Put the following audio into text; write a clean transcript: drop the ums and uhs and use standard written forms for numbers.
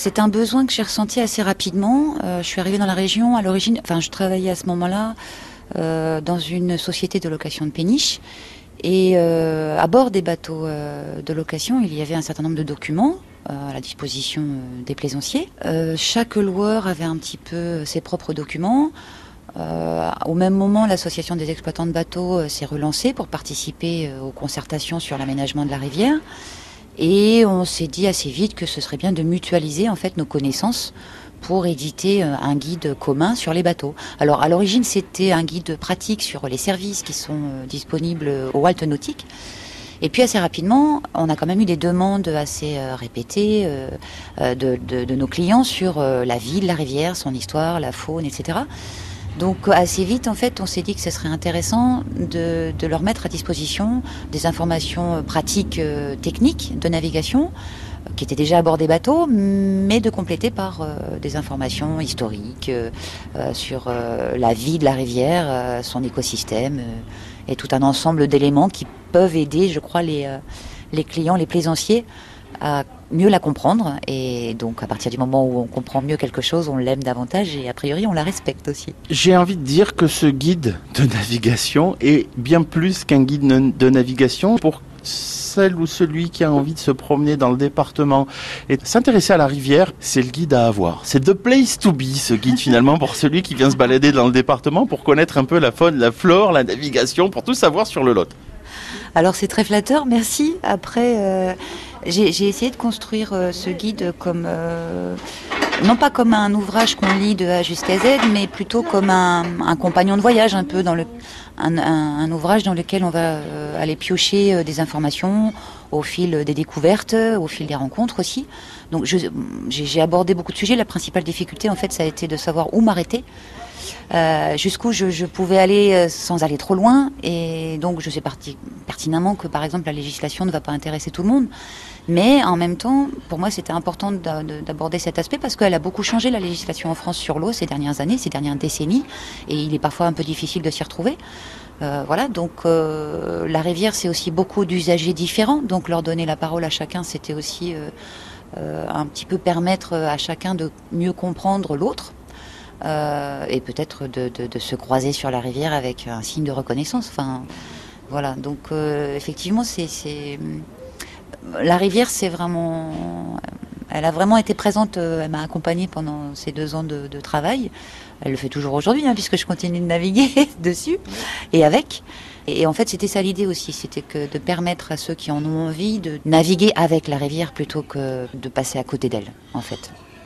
C'est un besoin que j'ai ressenti assez rapidement. Je suis arrivée dans la région à l'origine, enfin je travaillais à ce moment-là dans une société de location de péniches. Et à bord des bateaux de location, il y avait un certain nombre de documents à la disposition des plaisanciers. Chaque loueur avait un petit peu ses propres documents. Au même moment, l'association des exploitants de bateaux s'est relancée pour participer aux concertations sur l'aménagement de la rivière. Et on s'est dit assez vite que ce serait bien de mutualiser en fait nos connaissances pour éditer un guide commun sur les bateaux. Alors à l'origine, c'était un guide pratique sur les services qui sont disponibles au Halte Nautique. Et puis assez rapidement, on a quand même eu des demandes assez répétées de nos clients sur la vie de la rivière, son histoire, la faune, etc. Donc assez vite, en fait, on s'est dit que ce serait intéressant de leur mettre à disposition des informations pratiques, techniques de navigation, qui étaient déjà à bord des bateaux, mais de compléter par des informations historiques sur la vie de la rivière, son écosystème, et tout un ensemble d'éléments qui peuvent aider, je crois, les clients, les plaisanciers, à mieux la comprendre. Et donc à partir du moment où on comprend mieux quelque chose, on l'aime davantage et a priori on la respecte aussi. J'ai envie de dire que ce guide de navigation est bien plus qu'un guide de navigation pour celle ou celui qui a envie de se promener dans le département et s'intéresser à la rivière. C'est le guide à avoir. C'est the place to be, ce guide finalement, pour celui qui vient se balader dans le département pour connaître un peu la faune, la flore, la navigation, pour tout savoir sur le Lot. Alors c'est très flatteur, merci. Après, j'ai essayé de construire ce guide comme, non pas comme un ouvrage qu'on lit de A jusqu'à Z, mais plutôt comme un compagnon de voyage, un peu dans un ouvrage dans lequel on va aller piocher des informations au fil des découvertes, au fil des rencontres aussi. Donc j'ai abordé beaucoup de sujets. La principale difficulté, en fait, ça a été de savoir où m'arrêter. Jusqu'où je pouvais aller sans aller trop loin, et donc je sais pertinemment que par exemple la législation ne va pas intéresser tout le monde, mais en même temps pour moi c'était important d'aborder cet aspect parce qu'elle a beaucoup changé, la législation en France sur l'eau ces dernières années, ces dernières décennies, et il est parfois un peu difficile de s'y retrouver. Voilà, donc la rivière c'est aussi beaucoup d'usagers différents, donc leur donner la parole à chacun c'était aussi un petit peu permettre à chacun de mieux comprendre l'autre. Et peut-être de se croiser sur la rivière avec un signe de reconnaissance. Enfin, voilà. Donc effectivement, la rivière, c'est vraiment, elle a vraiment été présente. Elle m'a accompagnée pendant ces 2 ans de travail. Elle le fait toujours aujourd'hui, puisque je continue de naviguer dessus et avec. Et en fait, c'était ça l'idée aussi, c'était que de permettre à ceux qui en ont envie de naviguer avec la rivière plutôt que de passer à côté d'elle, en fait.